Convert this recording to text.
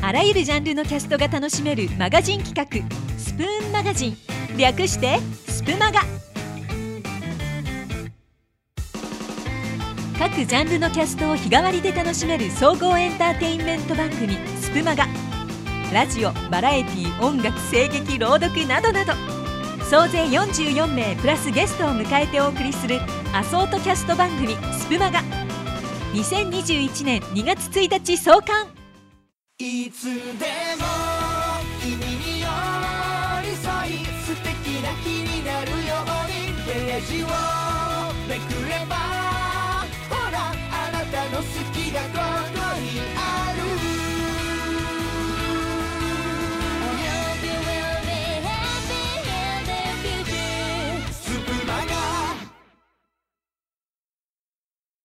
あらゆるジャンルのキャストが楽しめるマガジン企画、スプーンマガジン、略してスプマガ。各ジャンルのキャストを日替わりで楽しめる総合エンターテインメント番組スプマガ。ラジオ、バラエティ、音楽、声劇、朗読などなど、総勢44名プラスゲストを迎えてお送りするアソートキャスト番組スプマガ。2021年2月1日創刊。 いつでも君に寄り添い、素敵な日になるようにページをめくれば、ほらあなたの好きがこ